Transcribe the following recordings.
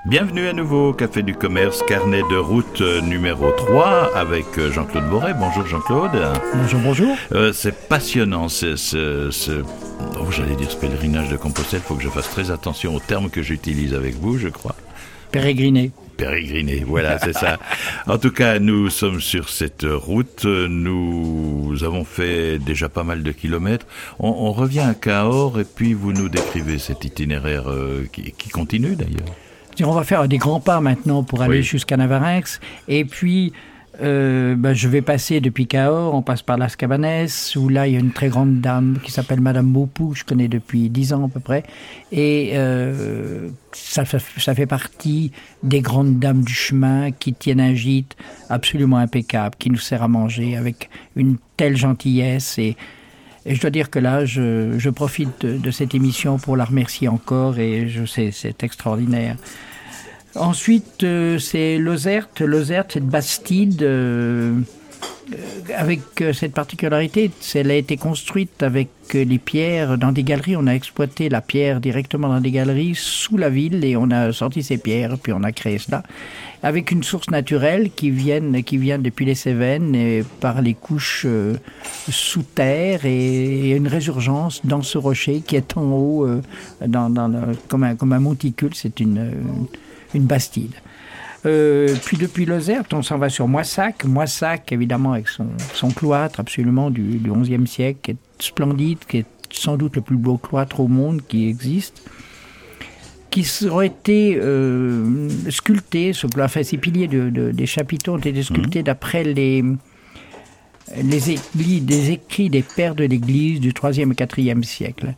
Bienvenue à nouveau au Café du Commerce, carnet de route numéro 3 avec Jean-Claude Boré. Bonjour Jean-Claude. Bonjour, bonjour. C'est passionnant, j'allais dire ce pèlerinage de Compostelle. Il faut que je fasse très attention aux termes que j'utilise avec vous, je crois. Pérégriner, voilà, c'est ça. En tout cas, nous sommes sur cette route. Nous avons fait déjà pas mal de kilomètres. On revient à Cahors et puis vous nous décrivez cet itinéraire qui continue d'ailleurs. On va faire des grands pas maintenant pour aller jusqu'à Navarinx. Et puis, je vais passer depuis Cahors, on passe par Las Cabanes, où là, il y a une très grande dame qui s'appelle Madame Maupou, je connais depuis 10 ans à peu près. Et ça fait partie des grandes dames du chemin qui tiennent un gîte absolument impeccable, qui nous sert à manger avec une telle gentillesse. Et je dois dire que là, je profite de cette émission pour la remercier encore, et je sais, c'est extraordinaire. Ensuite, c'est Lozerte, cette bastide, avec cette particularité, elle a été construite avec les pierres dans des galeries. On a exploité la pierre directement dans des galeries sous la ville, et on a sorti ces pierres, puis on a créé cela, avec une source naturelle qui vient depuis les Cévennes et par les couches sous terre, et une résurgence dans ce rocher qui est en haut, comme un monticule. C'est une bastide. Puis depuis Lozerte, on s'en va sur Moissac, évidemment avec son cloître absolument du XIe siècle, qui est splendide, qui est sans doute le plus beau cloître au monde qui existe, qui aurait été sculpté, ces piliers des chapiteaux ont été sculptés d'après les écrits des pères de l'Église du IIIe et IVe siècle.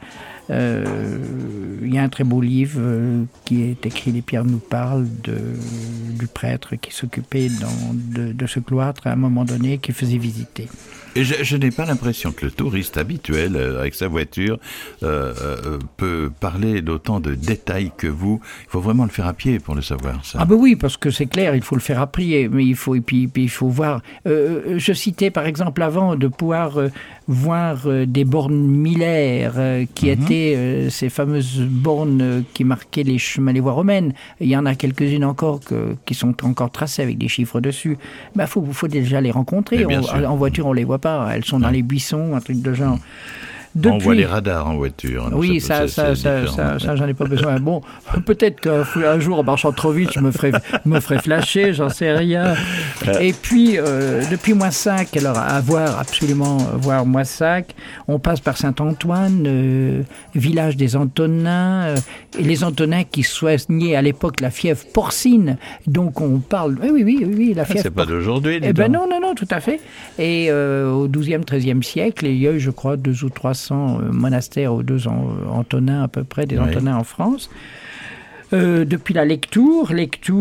Il y a un très beau livre qui est écrit, Les pierres nous parlent, du prêtre qui s'occupait de ce cloître à un moment donné, qui faisait visiter. Et je n'ai pas l'impression que le touriste habituel, avec sa voiture, peut parler d'autant de détails que vous. Il faut vraiment le faire à pied pour le savoir, ça. Ah ben oui, parce que c'est clair, il faut le faire à pied, mais il faut voir. Je citais par exemple avant de pouvoir voir des bornes millaires qui étaient ces fameuses bornes qui marquaient les chemins, les voies romaines. Il y en a quelques-unes encore qui sont encore tracées avec des chiffres dessus. Ben, faut déjà les rencontrer. En voiture, on les voit pas. Elles sont dans les buissons, un truc de genre. On voit les radars en voiture. Oui, ça, j'en ai pas besoin. Bon, peut-être qu'un jour, en marchant trop vite, je me ferai flasher, j'en sais rien. Et puis, depuis Moissac, alors absolument voir Moissac, on passe par Saint-Antoine, village des Antonins, et les Antonins qui soignaient à l'époque la fièvre porcine. Donc, on parle... Oui, la fièvre... C'est pas d'aujourd'hui, Eh ben non, tout à fait. Et au XIIe, XIIIe siècle, il y a eu, je crois, 200 ou 300 monastères ou 200 Antonins à peu près, des Antonins en France. Depuis la lecture,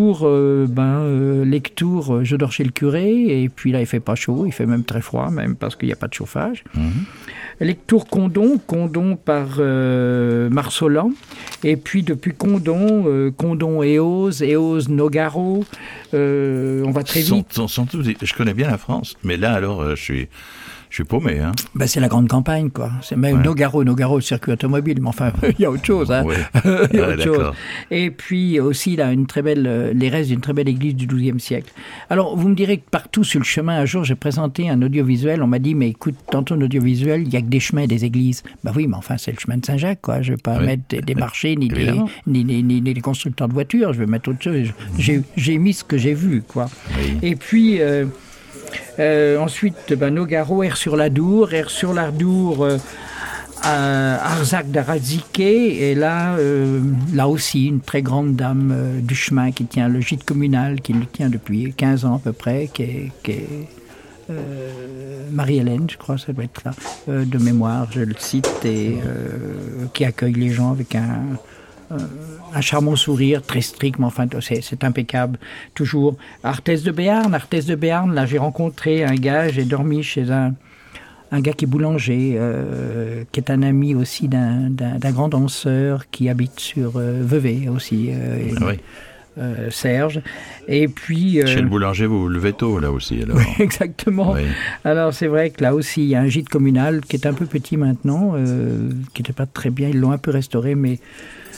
je dors chez le curé, et puis là il fait pas chaud, il fait même très froid, même parce qu'il n'y a pas de chauffage. Lectour Condon par Marsolan, et puis depuis Condon Éose Nogaro, on va très vite. Je connais bien la France, mais là alors je suis paumé, hein. Ben, c'est la grande campagne, quoi. C'est même Nogaro, le circuit automobile, mais enfin, il y a autre chose, hein. Il y a autre chose. Et puis aussi, là, les restes d'une très belle église du XIIe siècle. Alors, vous me direz que partout sur le chemin, un jour, j'ai présenté un audiovisuel, on m'a dit, mais écoute, dans ton audiovisuel, il n'y a que des chemins et des églises. Ben oui, mais enfin, c'est le chemin de Saint-Jacques, quoi. Je vais pas mettre des marchés, ni des constructeurs de voitures, je vais mettre autre chose. J'ai mis ce que j'ai vu, quoi. Oui. Et puis... ensuite, Nogaro, Aire-sur-l'Adour, Arzac d'Arazike, et là aussi, une très grande dame du chemin qui tient le gîte communal, qui le tient depuis 15 ans à peu près, qui est Marie-Hélène, je crois, ça doit être là, de mémoire, je le cite, et qui accueille les gens avec un charmant sourire, très strict, mais enfin, c'est impeccable, toujours. Arthès de Béarn, là, j'ai rencontré un gars, j'ai dormi chez un gars qui est boulanger, qui est un ami aussi d'un grand danseur qui habite sur Vevey aussi. Serge. Et puis... Chez le boulanger, vous vous levez tôt, là aussi, alors. Oui, exactement. Oui. Alors, c'est vrai que là aussi, il y a un gîte communal qui est un peu petit maintenant, qui n'était pas très bien. Ils l'ont un peu restauré, mais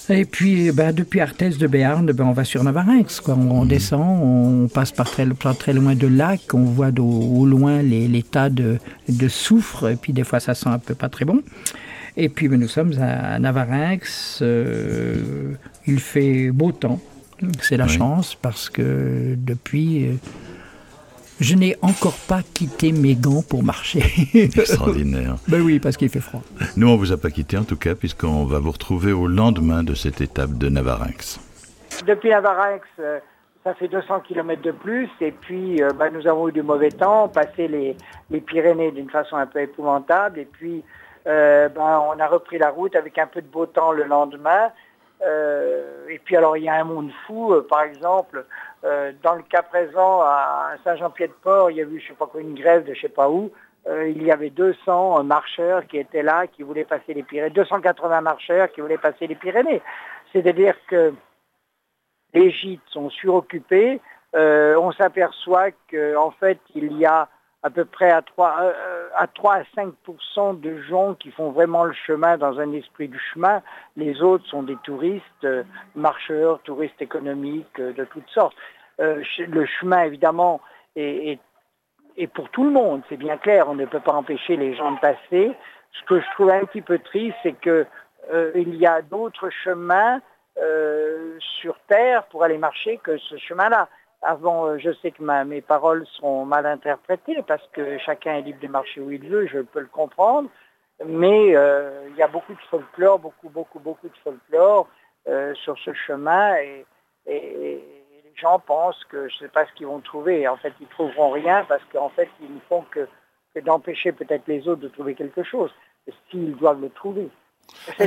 Et puis, depuis Arthès de Béarn, on va sur Navarinx, quoi. On descend, on passe par très loin de lacs, on voit au loin les tas de soufre, et puis des fois ça sent un peu pas très bon. Et puis nous sommes à Navarinx, il fait beau temps, c'est la chance, parce que depuis... je n'ai encore pas quitté mes gants pour marcher. Extraordinaire. Ben oui, parce qu'il fait froid. Nous, on vous a pas quitté en tout cas, puisqu'on va vous retrouver au lendemain de cette étape de Navarinx. Depuis Navarinx, ça fait 200 km de plus, et puis nous avons eu du mauvais temps, passé les Pyrénées d'une façon un peu épouvantable, et puis on a repris la route avec un peu de beau temps le lendemain. Et puis alors il y a un monde fou, par exemple, dans le cas présent à Saint-Jean-Pied-de-Port, il y a eu je sais pas quoi, une grève de je sais pas où, il y avait 200 marcheurs qui étaient là, qui voulaient passer les Pyrénées, 280 marcheurs qui voulaient passer les Pyrénées. C'est-à-dire que les gîtes sont suroccupés, on s'aperçoit qu'en fait il y a à peu près à 3 à 5% de gens qui font vraiment le chemin dans un esprit du chemin. Les autres sont des touristes, marcheurs, touristes économiques, de toutes sortes. Le chemin, évidemment, est pour tout le monde, c'est bien clair. On ne peut pas empêcher les gens de passer. Ce que je trouve un petit peu triste, c'est que il y a d'autres chemins sur Terre pour aller marcher que ce chemin-là. Avant, je sais que mes paroles seront mal interprétées parce que chacun est libre de marcher où il veut, je peux le comprendre, mais il y a beaucoup de folklore, beaucoup de folklore sur ce chemin et les gens pensent que je ne sais pas ce qu'ils vont trouver. En fait, ils ne trouveront rien parce qu'en fait, ils ne font que d'empêcher peut-être les autres de trouver quelque chose, s'ils doivent le trouver. C'est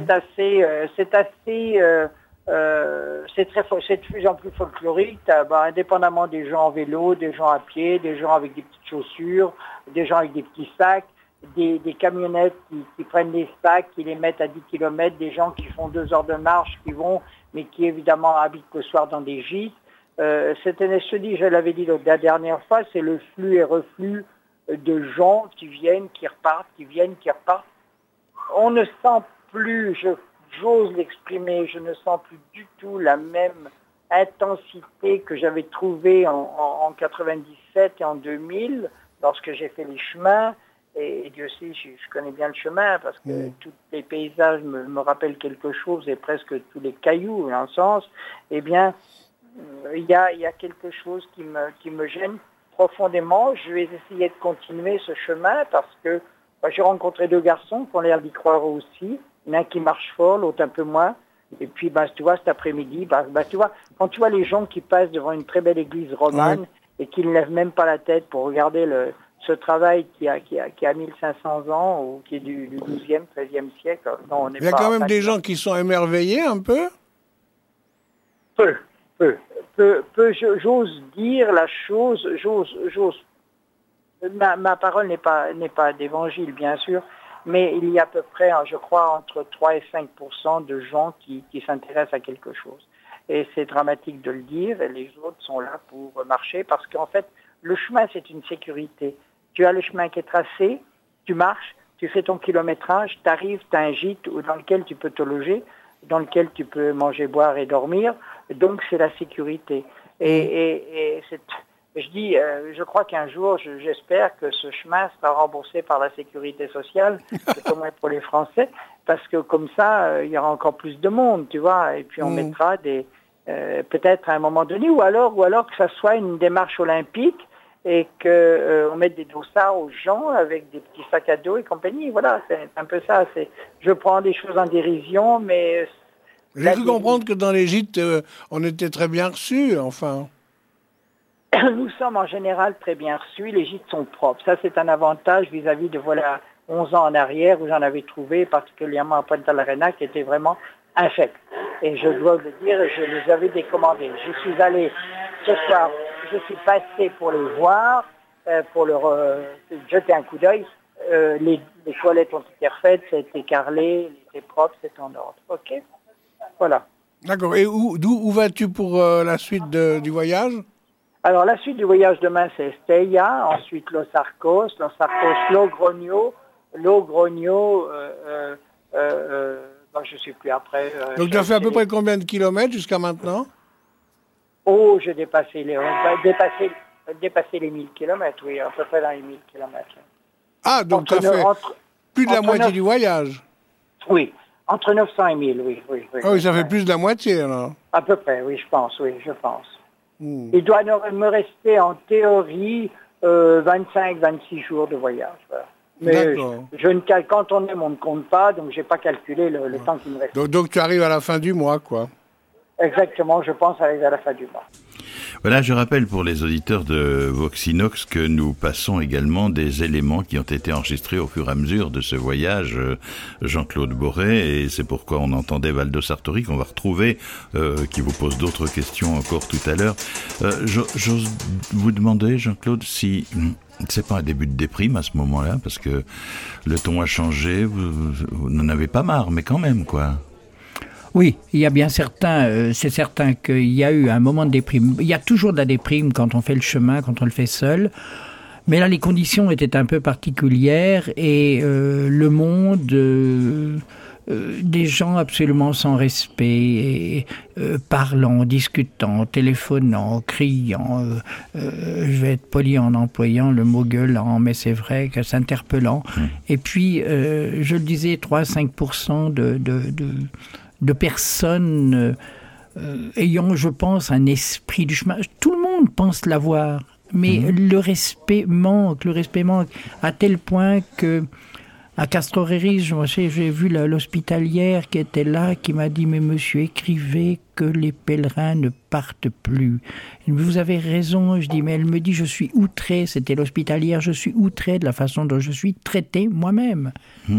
de plus en plus folklorique, indépendamment des gens en vélo, des gens à pied, des gens avec des petites chaussures, des gens avec des petits sacs, des camionnettes qui prennent les sacs, qui les mettent à 10 km, des gens qui font 2 heures de marche, qui vont, mais qui évidemment habitent le soir dans des gîtes. Je l'avais dit la dernière fois, c'est le flux et reflux de gens qui viennent, qui repartent, qui viennent, qui repartent. On ne sent plus, j'ose l'exprimer, je ne sens plus du tout la même intensité que j'avais trouvée en 97 et en 2000, lorsque j'ai fait les chemins. Et Dieu sait, je connais bien le chemin, parce que tous les paysages me rappellent quelque chose, et presque tous les cailloux, en un sens. Eh bien, il y a quelque chose qui me gêne profondément. Je vais essayer de continuer ce chemin, parce que j'ai rencontré 2 garçons qui ont l'air d'y croire aussi. L'un qui marche fort, l'autre un peu moins. Et puis, tu vois, cet après-midi, tu vois, quand tu vois les gens qui passent devant une très belle église romane et qui ne lèvent même pas la tête pour regarder ce travail qui a 1500 ans ou qui est du 12e, 13e siècle. Non, il y a quand même des gens qui sont émerveillés un peu. Peu. J'ose dire la chose, j'ose. Ma parole n'est pas d'évangile, bien sûr. Mais il y a à peu près, je crois, entre 3 et 5% de gens qui s'intéressent à quelque chose. Et c'est dramatique de le dire, et les autres sont là pour marcher, parce qu'en fait, le chemin, c'est une sécurité. Tu as le chemin qui est tracé, tu marches, tu fais ton kilométrage, tu arrives, tu as un gîte dans lequel tu peux te loger, dans lequel tu peux manger, boire et dormir. Donc, c'est la sécurité. Et je crois qu'un jour, j'espère que ce chemin sera remboursé par la sécurité sociale, c'est au moins pour les Français, parce que comme ça, il y aura encore plus de monde, tu vois, et puis on mettra peut-être à un moment donné, ou alors que ça soit une démarche olympique, et qu'on mette des dossards aux gens avec des petits sacs à dos et compagnie. Voilà, c'est un peu ça. Je prends des choses en dérision, mais... J'ai cru comprendre que dans les gîtes, on était très bien reçus, enfin... Nous sommes en général très bien reçus, les gîtes sont propres. Ça, c'est un avantage vis-à-vis de 11 ans en arrière où j'en avais trouvé, particulièrement à Punta l'Arena, qui était vraiment infect. Et je dois le dire, je les avais décommandés. Je suis allé ce soir, je suis passé pour les voir, pour leur jeter un coup d'œil. Les toilettes ont été refaites, ça a été carrelé, c'est propre, c'est en ordre. Ok ? Voilà. D'accord. Et où vas-tu pour la suite du voyage ? Alors, la suite du voyage demain, c'est Estella, ensuite Los Arcos, Logrogno, je ne sais plus après. Donc tu as fait à peu près combien de kilomètres jusqu'à maintenant? Oh, j'ai dépassé les 1000 kilomètres, oui, à peu près dans les 1000 kilomètres. Ah, donc tu as fait plus de la moitié du voyage? Oui, entre 900 et 1000, oui. Ah oui, ça fait plus de la moitié alors? À peu près, oui, je pense. Il doit me rester en théorie 25-26 jours de voyage. Voilà. Mais quand on aime, on ne compte pas, donc je n'ai pas calculé le temps qui me reste. Donc tu arrives à la fin du mois, quoi. Exactement, je pense arriver à la fin du mois. Voilà, je rappelle pour les auditeurs de Voxinox que nous passons également des éléments qui ont été enregistrés au fur et à mesure de ce voyage, Jean-Claude Boré, et c'est pourquoi on entendait Valdo Sartori, qu'on va retrouver, qui vous pose d'autres questions encore tout à l'heure. J'ose vous demander, Jean-Claude, si c'est pas un début de déprime à ce moment-là, parce que le ton a changé, vous n'en avez pas marre, mais quand même, quoi. Oui, il y a bien c'est certain qu'il y a eu un moment de déprime. Il y a toujours de la déprime quand on fait le chemin, quand on le fait seul. Mais là, les conditions étaient un peu particulières et le monde, des gens absolument sans respect, et, parlant, discutant, téléphonant, criant, je vais être poli en employant le mot gueulant, mais c'est vrai que s'interpellant. Et puis, je le disais, 3-5% de personnes ayant, je pense, un esprit du chemin. Tout le monde pense l'avoir, mais le respect manque à tel point que à Castroréris, j'ai vu l'hospitalière qui était là, qui m'a dit « Mais monsieur, écrivez que les pèlerins ne partent plus. » Vous avez raison, je dis, mais elle me dit « Je suis outré, c'était l'hospitalière, je suis outré de la façon dont je suis traité moi-même. »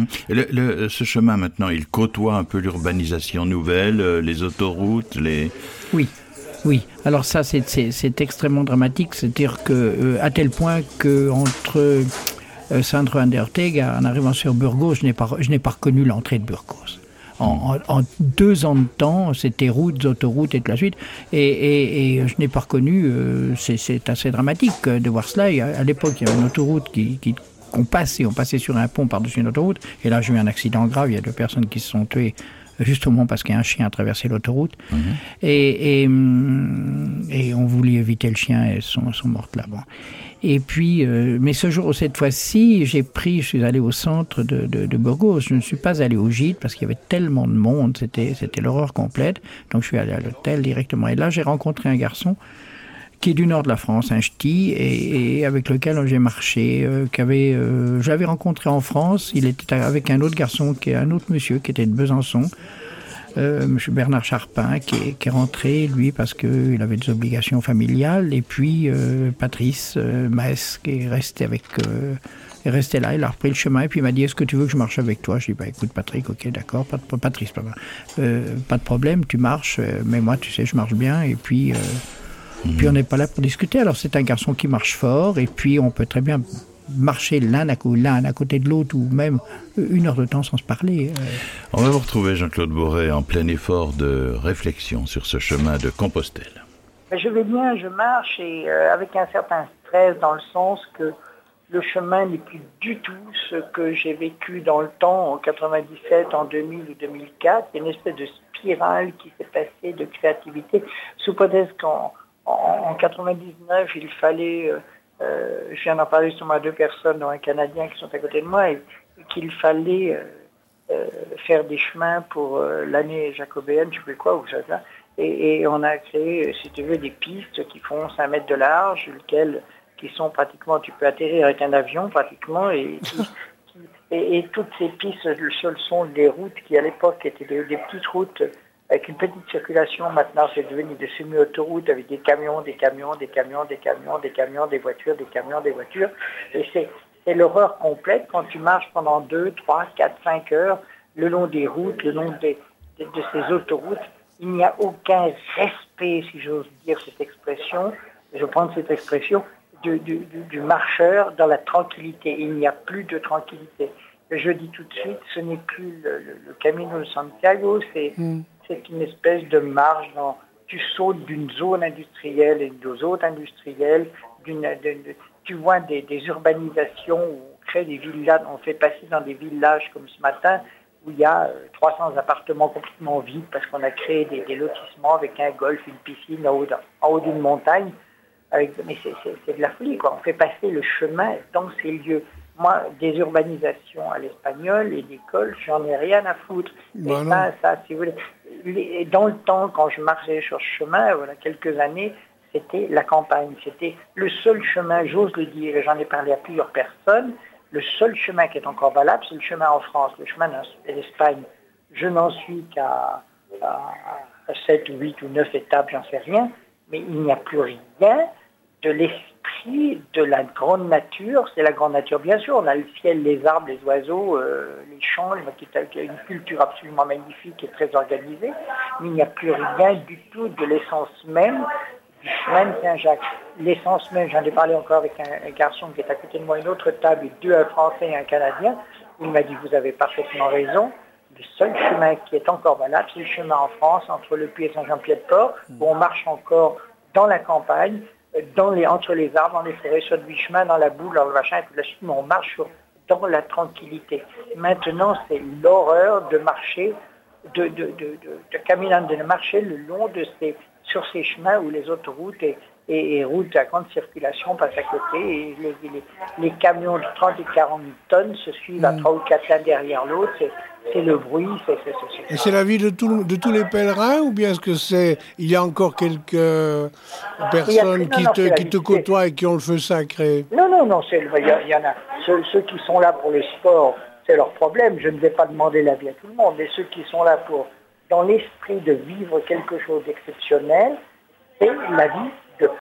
Ce chemin, maintenant, il côtoie un peu l'urbanisation nouvelle, les autoroutes, les... Oui. Alors ça, c'est extrêmement dramatique, c'est-à-dire que à tel point que entre Sant Juan de Ortega, en arrivant sur Burgos, je n'ai pas reconnu l'entrée de Burgos. En 2 ans de temps, c'était routes, autoroutes et toute la suite, et je n'ai pas reconnu. C'est assez dramatique de voir cela. À l'époque, il y avait une autoroute qu'on passait, on passait sur un pont par-dessus une autoroute, et là j'ai eu un accident grave. Il y a 2 personnes qui se sont tuées juste au moment parce qu'il y a un chien a traversé l'autoroute, et on voulait éviter le chien et sont mortes là. Bon. Et puis, mais cette fois-ci, je suis allé au centre de Burgos. Je ne suis pas allé au gîte parce qu'il y avait tellement de monde, c'était l'horreur complète. Donc je suis allé à l'hôtel directement. Et là, j'ai rencontré un garçon qui est du nord de la France, un ch'ti, et avec lequel j'ai marché, j'avais rencontré en France. Il était avec un autre garçon, un autre monsieur qui était de Besançon, monsieur Bernard Charpin, qui est rentré, lui, parce qu'il avait des obligations familiales, et puis Patrice Maes, qui est resté là, il a repris le chemin, et puis il m'a dit « Est-ce que tu veux que je marche avec toi ?» Je dis « Écoute Patrick, ok, d'accord, Patrice, pas de problème, tu marches, mais moi, tu sais, je marche bien, et puis... Puis on n'est pas là pour discuter. Alors c'est un garçon qui marche fort, et puis on peut très bien marcher l'un à côté de l'autre, ou même 1 heure de temps sans se parler. On va vous retrouver, Jean-Claude Boré, en plein effort de réflexion sur ce chemin de Compostelle. Je vais bien, je marche, et avec un certain stress, dans le sens que le chemin n'est plus du tout ce que j'ai vécu dans le temps, en 97, en 2000 ou 2004. Il y a une espèce de spirale qui s'est passée de créativité, sous prétexte en 99, il fallait, je viens d'en parler justement à 2 personnes, dont un Canadien qui sont à côté de moi, et qu'il fallait faire des chemins pour l'année jacobéenne, je ne sais plus quoi, ou ça, et on a créé, si tu veux, des pistes qui font 5 mètres de large, qui sont pratiquement, tu peux atterrir avec un avion pratiquement, et toutes ces pistes, ce sont des routes qui à l'époque étaient des petites routes, avec une petite circulation. Maintenant, c'est devenu des semi-autoroutes avec des camions, des voitures. Et c'est l'horreur complète quand tu marches pendant 2, 3, 4, 5 heures le long des routes, le long de ces autoroutes. Il n'y a aucun respect, si j'ose dire cette expression, je prends cette expression, du marcheur dans la tranquillité. Il n'y a plus de tranquillité. Je dis tout de suite, ce n'est plus le Camino de Santiago, c'est une espèce de marche tu sautes d'une zone industrielle et d'une autre industrielle, tu vois des urbanisations où on crée des villages, on fait passer dans des villages comme ce matin, où il y a 300 appartements complètement vides parce qu'on a créé des lotissements avec un golf, une piscine en haut d'une montagne. Mais c'est de la folie, quoi. On fait passer le chemin dans ces lieux. Moi, des urbanisations à l'espagnol et d'écoles, j'en ai rien à foutre. Bah et ça, si vous voulez, dans le temps, quand je marchais sur ce chemin, voilà, quelques années, c'était la campagne. C'était le seul chemin, j'ose le dire, et j'en ai parlé à plusieurs personnes, le seul chemin qui est encore valable, c'est le chemin en France, le chemin d'Espagne. Je n'en suis qu'à 7 ou 8 ou 9 étapes, j'en sais rien, mais il n'y a plus rien de l'esprit de la grande nature. C'est la grande nature, bien sûr. On a le ciel, les arbres, les oiseaux, les champs, qui a une culture absolument magnifique et très organisée. Mais il n'y a plus rien du tout de l'essence même du chemin de Saint-Jacques. L'essence même, j'en ai parlé encore avec un garçon qui est à côté de moi, une autre table, et 2, un Français et un Canadien. Il m'a dit, vous avez parfaitement raison. Le seul chemin qui est encore valable, c'est le chemin en France, entre le Puy et Saint-Jean-Pied-de-Port, où on marche encore dans la campagne, entre les arbres, dans les forêts, sur du chemin, dans la boue, dans le machin, et puis la suite, on marche dans la tranquillité. Maintenant, c'est l'horreur de marcher, de caminer, de marcher le long sur ces chemins où les autoroutes et routes à grande circulation passent à côté, et les camions de 30 et 40 tonnes se suivent à 3 ou 4 l'un derrière l'autre. C'est le bruit, Et c'est la vie de tous les pèlerins, ou bien est-ce que il y a encore quelques personnes qui te côtoient et qui ont le feu sacré? Non, il y en a. Ceux qui sont là pour le sport, c'est leur problème. Je ne vais pas demander l'avis à tout le monde, mais ceux qui sont là dans l'esprit de vivre quelque chose d'exceptionnel, c'est la vie